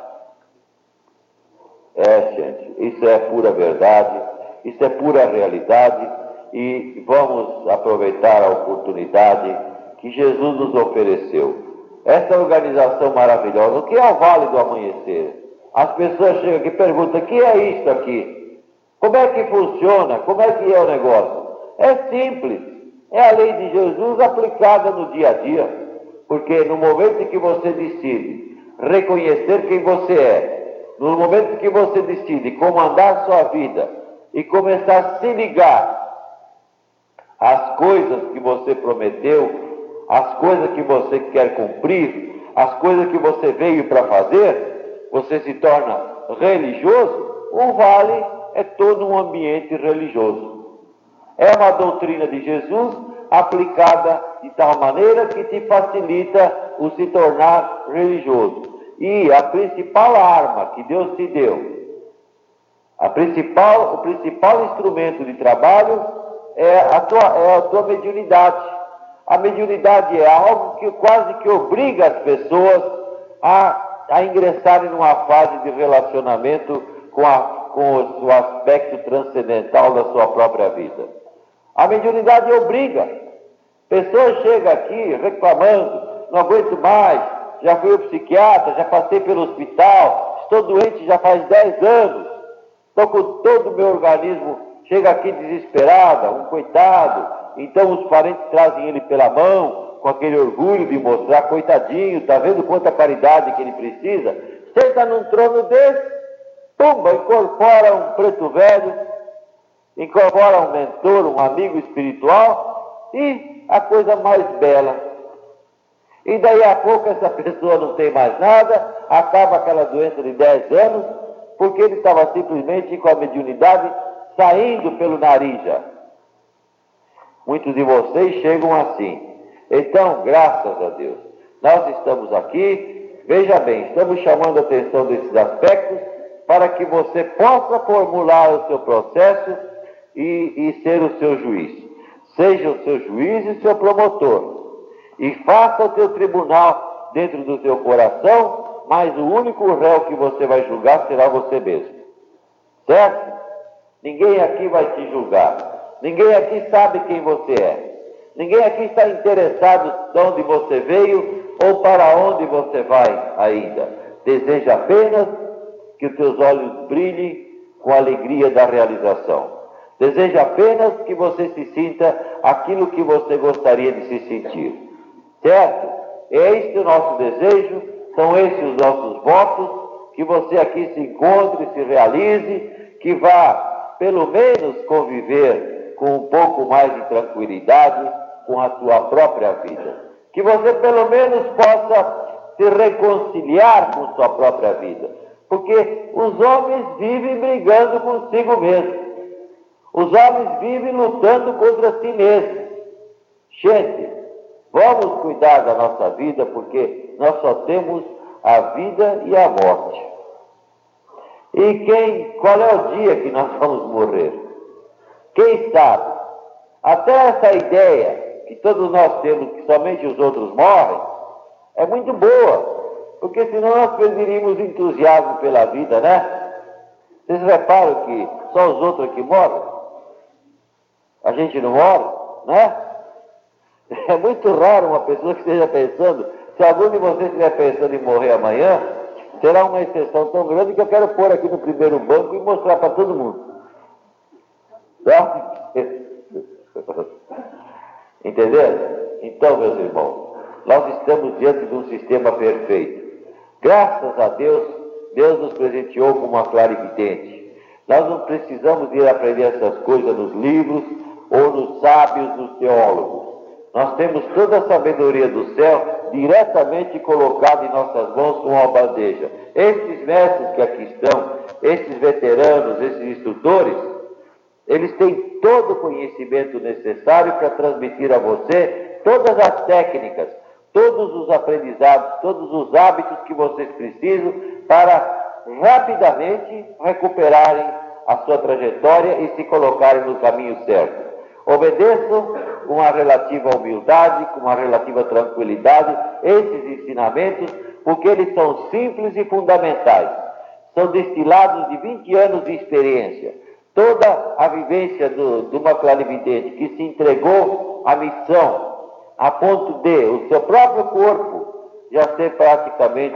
Speaker 1: gente, isso é pura verdade, isso é pura realidade e vamos aproveitar a oportunidade que Jesus nos ofereceu. Essa organização maravilhosa, o que é o Vale do Amanhecer? as pessoas chegam aqui e perguntam: o que é isso aqui? Como é que funciona? Como é que é o negócio? É simples, é a lei de Jesus aplicada no dia a dia. Porque no momento em que você decide reconhecer quem você é, no momento em que você decide comandar sua vida e começar a se ligar às coisas que você prometeu, às coisas que você quer cumprir, às coisas que você veio para fazer, você se torna religioso. O vale é todo um ambiente religioso. É uma doutrina de Jesus aplicada de tal maneira que te facilita o se tornar religioso. E a principal arma que Deus te deu, o principal instrumento de trabalho é a tua mediunidade. A mediunidade é algo que quase que obriga as pessoas a ingressarem numa fase de relacionamento com o aspecto transcendental da sua própria vida. A mediunidade obriga. Pessoas chegam aqui reclamando: não aguento mais, já fui ao psiquiatra, já passei pelo hospital, estou doente já faz 10 anos, estou com todo o meu organismo, chega aqui desesperada, um coitado. Então os parentes trazem ele pela mão, com aquele orgulho de mostrar: coitadinho, está vendo quanta caridade que ele precisa? Senta num trono desse, pumba, incorpora um preto velho, incorpora um mentor, um amigo espiritual, e a coisa mais bela. E daí a pouco essa pessoa não tem mais nada, acaba aquela doença de 10 anos, porque ele estava simplesmente com a mediunidade saindo pelo nariz já. Muitos de vocês chegam assim. Então, graças a Deus, nós estamos aqui, veja bem, estamos chamando a atenção desses aspectos para que você possa formular o seu processo e ser o seu juiz. Seja o seu juiz e o seu promotor. E faça o seu tribunal dentro do seu coração, mas o único réu que você vai julgar será você mesmo. Certo? Ninguém aqui vai te julgar. Ninguém aqui sabe quem você é. Ninguém aqui está interessado de onde você veio ou para onde você vai ainda. Deseja apenas que os teus olhos brilhem com a alegria da realização. Deseja apenas que você se sinta aquilo que você gostaria de se sentir. Certo? É este o nosso desejo, são esses os nossos votos, que você aqui se encontre, se realize, que vá pelo menos conviver com um pouco mais de tranquilidade com a sua própria vida. Que você pelo menos possa se reconciliar com sua própria vida. Porque os homens vivem brigando consigo mesmo. Os homens vivem lutando contra si mesmos. Gente, vamos cuidar da nossa vida, porque nós só temos a vida e a morte. E qual é o dia que nós vamos morrer? Quem sabe? Até essa ideia que todos nós temos que somente os outros morrem, é muito boa, porque senão nós perderíamos o entusiasmo pela vida, né? Vocês reparam que só os outros que morrem? A gente não morre, né? É muito raro uma pessoa que esteja pensando, se algum de vocês estiver pensando em morrer amanhã, será uma exceção tão grande que eu quero pôr aqui no primeiro banco e mostrar para todo mundo. Tá? Entenderam? Então, meus irmãos, nós estamos diante de um sistema perfeito. Graças a Deus, Deus nos presenteou com uma clarividente. Nós não precisamos ir aprender essas coisas nos livros ou nos sábios, nos teólogos. Nós temos toda a sabedoria do céu diretamente colocada em nossas mãos com uma bandeja. Esses mestres que aqui estão, esses veteranos, esses instrutores, eles têm todo o conhecimento necessário para transmitir a você todas as técnicas, todos os aprendizados, todos os hábitos que vocês precisam para rapidamente recuperarem a sua trajetória e se colocarem no caminho certo. Obedeçam com uma relativa humildade, com uma relativa tranquilidade esses ensinamentos, porque eles são simples e fundamentais. São destilados de 20 anos de experiência. Toda a vivência de uma clarividente que se entregou à missão, a ponto de o seu próprio corpo já ser praticamente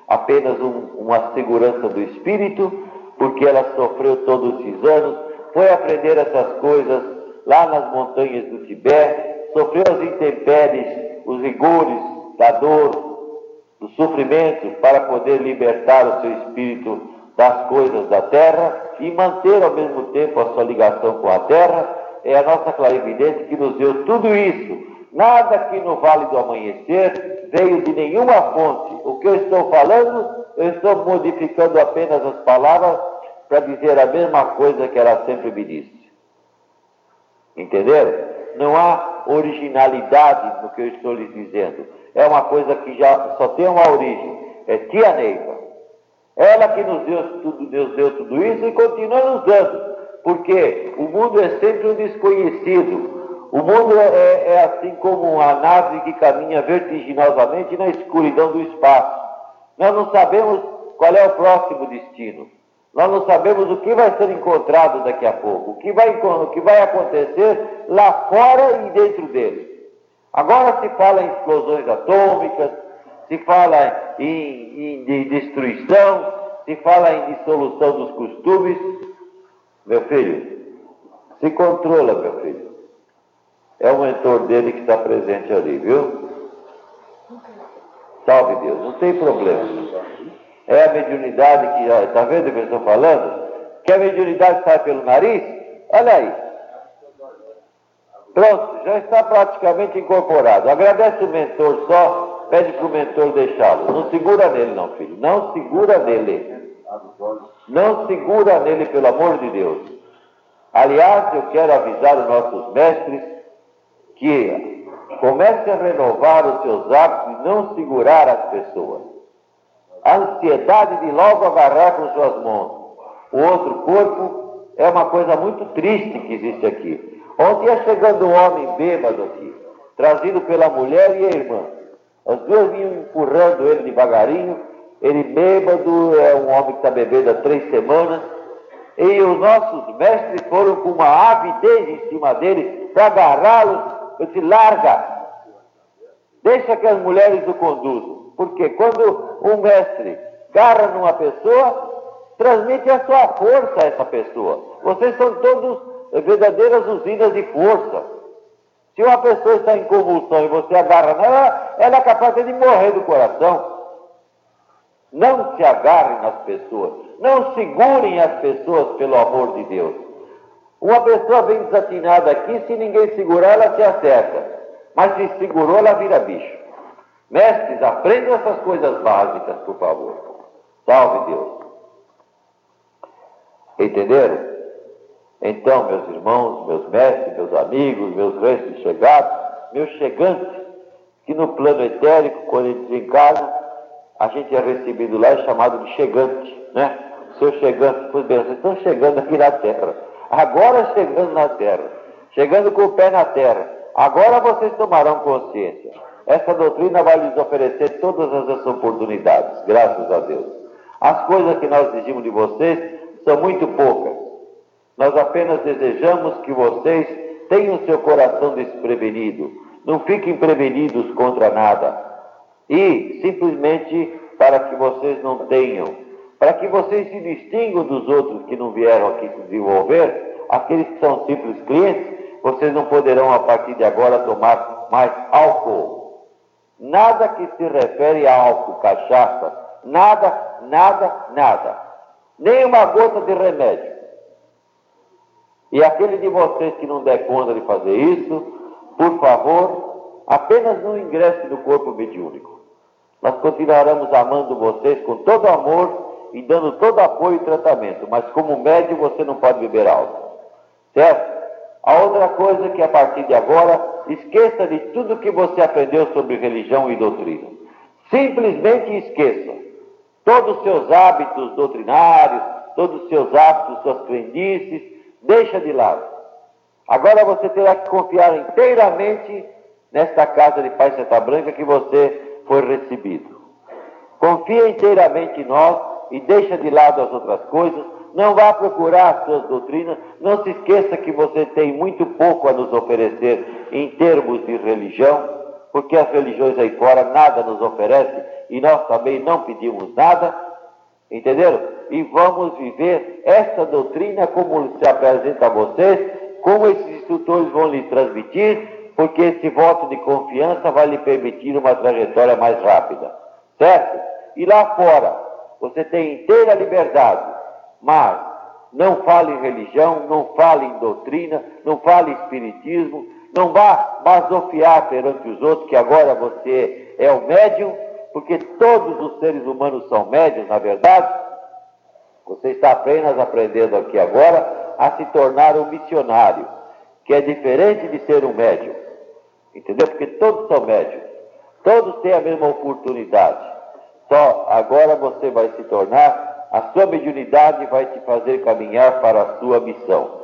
Speaker 1: apenas uma segurança do espírito, porque ela sofreu todos esses anos, foi aprender essas coisas lá nas montanhas do Tibete, sofreu as intempéries, os rigores da dor, do sofrimento, para poder libertar o seu espírito das coisas da terra e manter ao mesmo tempo a sua ligação com a terra. É a nossa clarividência que nos deu tudo isso. Nada que no Vale do Amanhecer veio de nenhuma fonte. O que eu estou falando, eu estou modificando apenas as palavras para dizer a mesma coisa que ela sempre me disse. Entenderam? Não há originalidade no que eu estou lhes dizendo. É uma coisa que já só tem uma origem. É Tia Neiva. Ela que nos deu tudo isso e continua nos dando. Porque o mundo é sempre um desconhecido. O mundo é assim como uma nave que caminha vertiginosamente na escuridão do espaço. Nós não sabemos qual é o próximo destino. Nós não sabemos o que vai ser encontrado daqui a pouco, o que vai acontecer lá fora e dentro dele. Agora se fala em explosões atômicas, se fala em destruição, se fala em dissolução dos costumes. Meu filho, se controla, meu filho. É o mentor dele que está presente ali, viu? Salve Deus, não tem problema. É a mediunidade que, está vendo o que eu estou falando? Que a mediunidade sai pelo nariz? Olha aí. Pronto, já está praticamente incorporado. Agradece o mentor só, pede para o mentor deixá-lo. Não segura nele não, filho. Não segura nele. Não segura nele, pelo amor de Deus. Aliás, eu quero avisar os nossos mestres que comecem a renovar os seus hábitos e não segurar as pessoas. A ansiedade de logo agarrar com suas mãos o outro corpo é uma coisa muito triste que existe aqui. Ontem ia chegando um homem bêbado aqui, trazido pela mulher e a irmã. As duas vinham empurrando ele devagarinho. Ele bêbado, é um homem que está bebendo há 3 semanas. E os nossos mestres foram com uma avidez em cima dele para agarrá-lo. Eu disse, larga, deixa que as mulheres o conduzam. Porque quando um mestre agarra numa pessoa, transmite a sua força a essa pessoa. Vocês são todos verdadeiras usinas de força. Se uma pessoa está em convulsão e você agarra nela, ela é capaz de morrer do coração. Não se agarrem nas pessoas. Não segurem as pessoas, pelo amor de Deus. Uma pessoa vem desatinada aqui, se ninguém segurar, ela se acerta. Mas se segurou, ela vira bicho. Mestres, aprendam essas coisas básicas, por favor. Salve Deus. Entenderam? Então, meus irmãos, meus mestres, meus amigos, meus restos chegados, meus chegantes, que no plano etérico, quando eles desencarnam, a gente é recebido lá e chamado de chegante, né? Seu chegante, pois bem, vocês estão chegando aqui na Terra. Agora chegando na Terra, chegando com o pé na Terra. Agora vocês tomarão consciência. Essa doutrina vai lhes oferecer todas as oportunidades, graças a Deus. As coisas que nós exigimos de vocês são muito poucas. Nós apenas desejamos que vocês tenham seu coração desprevenido. Não fiquem prevenidos contra nada. E, simplesmente, para que vocês não tenham, para que vocês se distinguam dos outros que não vieram aqui se desenvolver, aqueles que são simples clientes, vocês não poderão, a partir de agora, tomar mais álcool. Nada que se refere a álcool, cachaça, nada, nada, nada. Nem uma gota de remédio. E aquele de vocês que não der conta de fazer isso, por favor, apenas não ingresse no corpo mediúnico. Nós continuaremos amando vocês com todo amor e dando todo apoio e tratamento, mas como médium você não pode beber álcool. Certo? A outra coisa é que a partir de agora, esqueça de tudo que você aprendeu sobre religião e doutrina. Simplesmente esqueça. Todos os seus hábitos doutrinários, todos os seus hábitos, suas crendices, deixa de lado. Agora você terá que confiar inteiramente nesta casa de Pai Seta Branca que você foi recebido. Confia inteiramente em nós e deixa de lado as outras coisas. Não vá procurar as suas doutrinas. Não se esqueça que você tem muito pouco a nos oferecer em termos de religião. porque as religiões aí fora nada nos oferecem e nós também não pedimos nada, entenderam? E vamos viver essa doutrina como se apresenta a vocês, como esses instrutores vão lhe transmitir, porque esse voto de confiança vai lhe permitir uma trajetória mais rápida, certo? E lá fora, você tem inteira liberdade, mas não fale em religião, não fale em doutrina, não fale em espiritismo, não vá basofiar perante os outros que agora você é o médium, porque todos os seres humanos são médiuns, na verdade. Você está apenas aprendendo aqui agora a se tornar um missionário, que é diferente de ser um médium, entendeu? Porque todos são médiuns, todos têm a mesma oportunidade, só agora você vai se tornar, a sua mediunidade vai te fazer caminhar para a sua missão.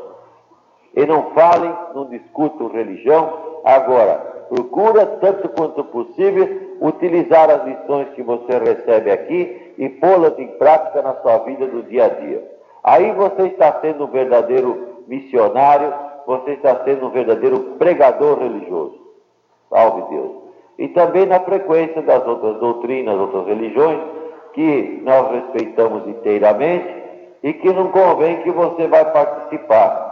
Speaker 1: E não falem, não discutam religião, agora, procura, tanto quanto possível, utilizar as lições que você recebe aqui e pô-las em prática na sua vida do dia a dia. Aí você está sendo um verdadeiro missionário, você está sendo um verdadeiro pregador religioso. Salve Deus. E também na frequência das outras doutrinas, outras religiões, que nós respeitamos inteiramente e que não convém que você vai participar.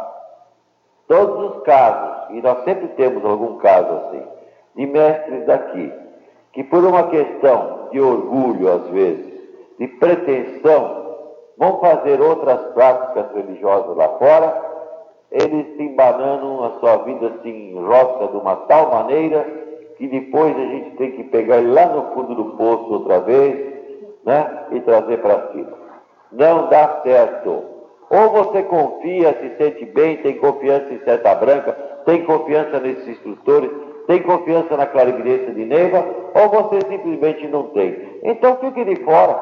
Speaker 1: Todos os casos, e nós sempre temos algum caso assim, de mestres daqui, que por uma questão de orgulho, às vezes, de pretensão, vão fazer outras práticas religiosas lá fora, eles se embananam, a sua vida se enrosca de uma tal maneira que depois a gente tem que pegar ele lá no fundo do poço outra vez, né, e trazer para cima. Não dá certo. Ou você confia, se sente bem, tem confiança em Seta Branca, tem confiança nesses instrutores, tem confiança na clarividência de Neiva, ou você simplesmente não tem. Então fique de fora,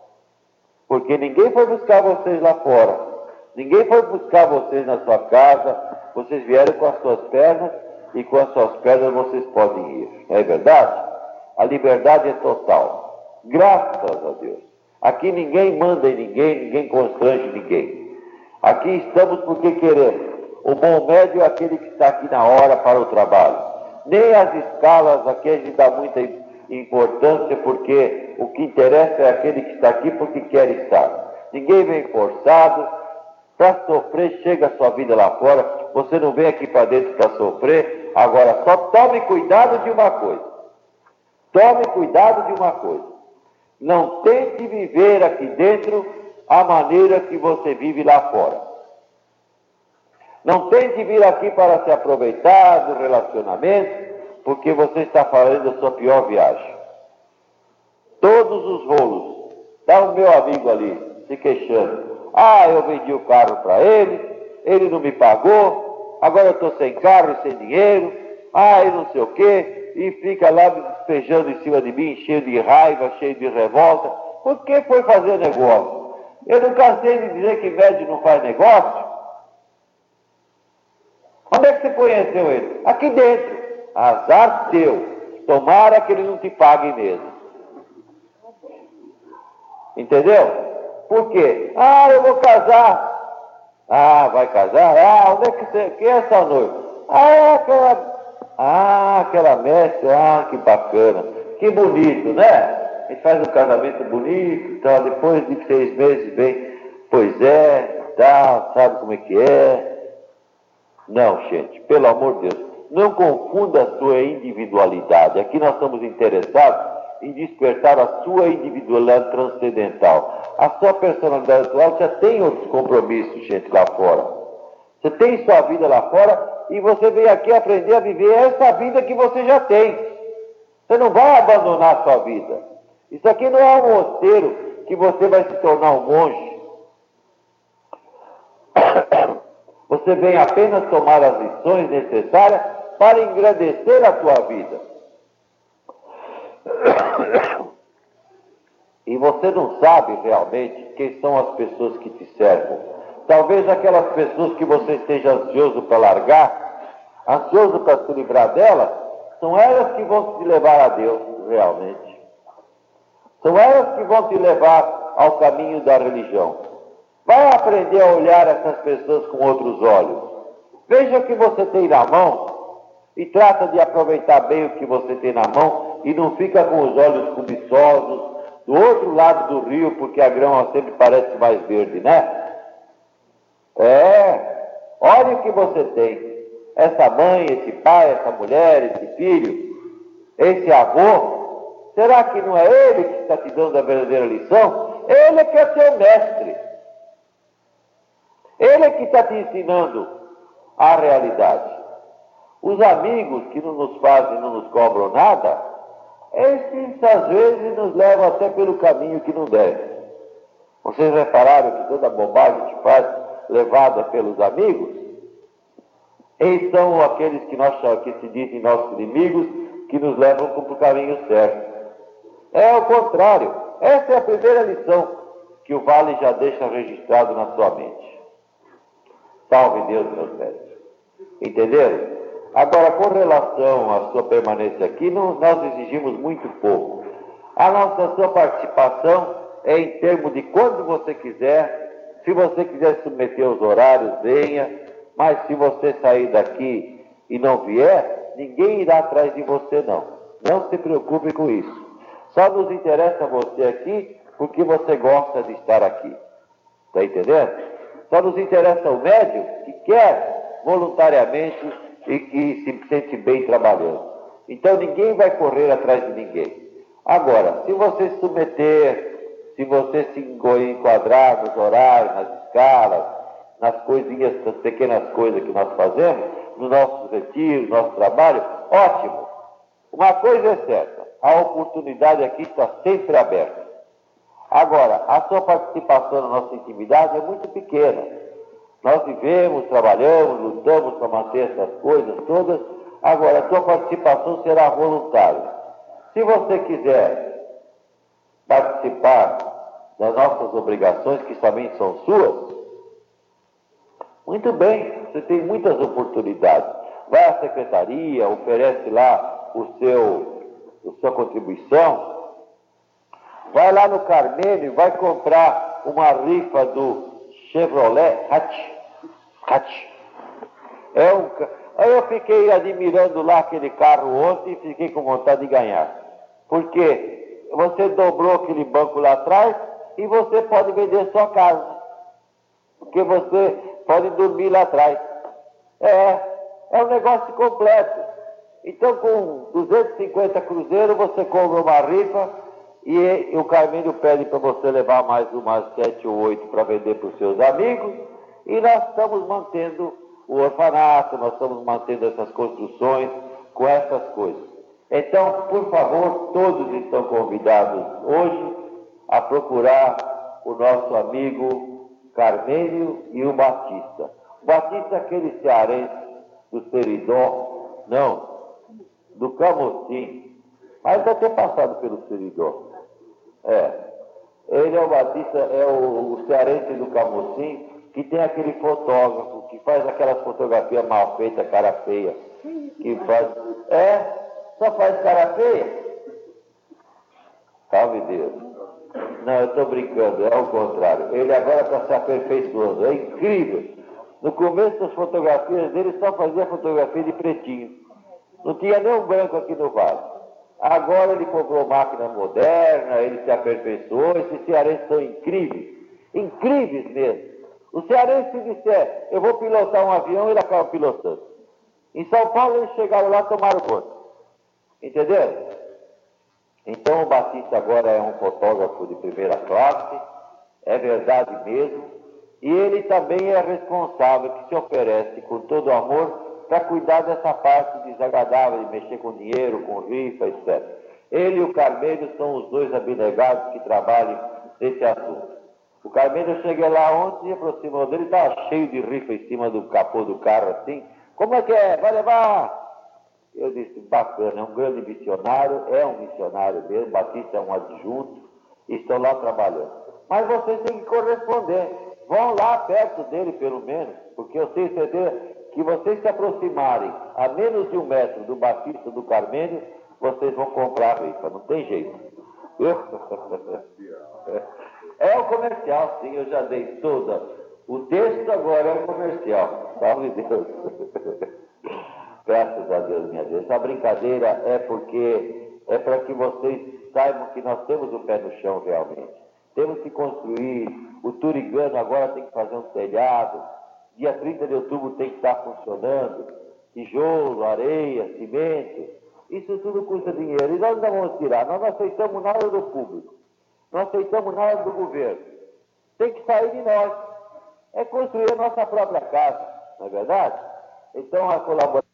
Speaker 1: porque ninguém foi buscar vocês lá fora, ninguém foi buscar vocês na sua casa, vocês vieram com as suas pernas, e com as suas pernas vocês podem ir. Não é verdade? A liberdade é total. Graças a Deus. Aqui ninguém manda em ninguém, ninguém constrange ninguém. Aqui estamos porque queremos. O bom médio é aquele que está aqui na hora para o trabalho. Nem as escalas aqui a gente dá muita importância, porque o que interessa é aquele que está aqui porque quer estar. Ninguém vem forçado. Para sofrer, chega a sua vida lá fora. Você não vem aqui para dentro para sofrer. Agora, só tome cuidado de uma coisa. Tome cuidado de uma coisa. Não tente viver aqui dentro a maneira que você vive lá fora. Não tente vir aqui para se aproveitar do relacionamento, porque você está fazendo a sua pior viagem. Todos os rolos. Está o meu amigo ali se queixando. Ah, eu vendi o carro para ele não me pagou, agora eu estou sem carro e sem dinheiro, e não sei o quê, e fica lá me despejando em cima de mim, cheio de raiva, cheio de revolta. Por que foi fazer negócio? Eu não cansei de dizer que médium não faz negócio. Onde é que você conheceu ele? Aqui dentro. Azar teu. Tomara que ele não te pague mesmo. Entendeu? Por quê? Eu vou casar. Vai casar? Onde é que você... Quem é essa noiva? Aquela mestre. Que bacana. Que bonito, né? A gente faz um casamento bonito e tal. Depois de 6 meses vem... Pois é, tal, sabe como é que é? Não, gente, pelo amor de Deus. Não confunda a sua individualidade. Aqui nós estamos interessados em despertar a sua individualidade transcendental. A sua personalidade atual já tem outros compromissos, gente, lá fora. Você tem sua vida lá fora e você veio aqui aprender a viver essa vida que você já tem. Você não vai abandonar a sua vida. Isso aqui não é um mosteiro que você vai se tornar um monge. Você vem apenas tomar as lições necessárias para engrandecer a tua vida. E você não sabe realmente quem são as pessoas que te cercam. Talvez aquelas pessoas que você esteja ansioso para largar, ansioso para se livrar delas, são elas que vão te levar a Deus, realmente. São elas que vão te levar ao caminho da religião. Vai aprender a olhar essas pessoas com outros olhos. Veja o que você tem na mão.
Speaker 2: E trata de aproveitar bem o que você tem na mão e não fica com os olhos cobiçosos do outro lado do rio, porque a grama sempre parece mais verde, né? Olha o que você tem. Essa mãe, esse pai, essa mulher, esse filho, esse avô, será que não é ele que está te dando a verdadeira lição? Ele é que é teu mestre. Ele é que está te ensinando a realidade. Os amigos que não nos fazem, não nos cobram nada, esses às vezes nos levam até pelo caminho que não deve. Vocês repararam que toda bobagem que faz levada pelos amigos? Eles são aqueles que se dizem nossos inimigos, que nos levam para o caminho certo. É o contrário. Essa é a primeira lição que o Vale já deixa registrado na sua mente. Salve Deus, meus mestres. Entenderam? Agora, com relação à sua permanência aqui, nós exigimos muito pouco. A sua participação é em termos de quando você quiser. Se você quiser submeter os horários, venha. Mas se você sair daqui e não vier, ninguém irá atrás de você, não. Não se preocupe com isso. Só nos interessa você aqui porque você gosta de estar aqui. Está entendendo? Só nos interessa o médium que quer voluntariamente e que se sente bem trabalhando. Então ninguém vai correr atrás de ninguém. Agora, se você se submeter, se você se enquadrar nos horários, nas escalas, nas coisinhas, nas pequenas coisas que nós fazemos, no nosso retiro, no nosso trabalho, ótimo. Uma coisa é certa, a oportunidade aqui está sempre aberta. Agora, a sua participação na nossa intimidade é muito pequena. Nós vivemos, trabalhamos, lutamos para manter essas coisas todas. Agora, a sua participação será voluntária. Se você quiser participar das nossas obrigações, que também são suas, muito bem, você tem muitas oportunidades. Vai à secretaria, oferece lá a sua contribuição. Vai lá no Carmênio, vai comprar uma rifa do Chevrolet Hatch. Aí eu fiquei admirando lá aquele carro ontem e fiquei com vontade de ganhar. Porque você dobrou aquele banco lá atrás e você pode vender sua casa. Porque você pode dormir lá atrás. É um negócio completo. Então, com 250 cruzeiros, você compra uma rifa e o Carmênio pede para você levar mais umas 7 ou 8 para vender para os seus amigos. E nós estamos mantendo o orfanato, nós estamos mantendo essas construções com essas coisas. Então, por favor, todos estão convidados hoje a procurar o nosso amigo Carmênio e o Batista. O Batista é aquele cearense do Seridó, não, do Camocim, mas deve ter passado pelo Seridó. Ele é o Batista, é o cearense do Camocim, que tem aquele fotógrafo que faz aquelas fotografias mal feitas, cara feia, que faz, só faz cara feia. Salve Deus. Não, eu estou brincando, é o contrário. Ele agora está se aperfeiçoando, é incrível. No começo das fotografias dele só fazia fotografia de pretinho. Não tinha nem um branco aqui no Vale. Agora ele comprou máquina moderna, ele se aperfeiçoou, esses cearenses são incríveis. Incríveis mesmo. O cearense, se disser, eu vou pilotar um avião, ele acaba pilotando. Em São Paulo eles chegaram lá e tomaram conta. Entenderam? Então o Batista agora é um fotógrafo de primeira classe, é verdade mesmo, e ele também é responsável, que se oferece com todo o amor para cuidar dessa parte desagradável de mexer com dinheiro, com rifa, etc. Ele e o Carmênio são os dois abnegados que trabalham nesse assunto. O Carmênio, eu cheguei lá ontem e aproximou dele, estava cheio de rifa em cima do capô do carro assim. Como é que é? Vai levar? Eu disse, bacana, é um grande missionário, é um missionário mesmo, Batista é um adjunto, e estão lá trabalhando. Mas vocês têm que corresponder, vão lá perto dele pelo menos, porque eu tenho certeza que vocês se aproximarem a menos de 1 metro do Batista do Carmênio, vocês vão comprar a rifa, não tem jeito. É o comercial, sim, eu já dei toda. O texto agora é o comercial, salve Deus. Graças a Deus, minha gente. Essa brincadeira é para que vocês saibam que nós temos o pé no chão realmente. Temos que construir. O Turigano agora tem que fazer um telhado. Dia 30 de outubro tem que estar funcionando. Tijolo, areia, cimento. Isso tudo custa dinheiro. E nós não vamos tirar. Nós não aceitamos nada do público. Não aceitamos nada do governo. Tem que sair de nós. É construir a nossa própria casa. Não é verdade? Então a colaboração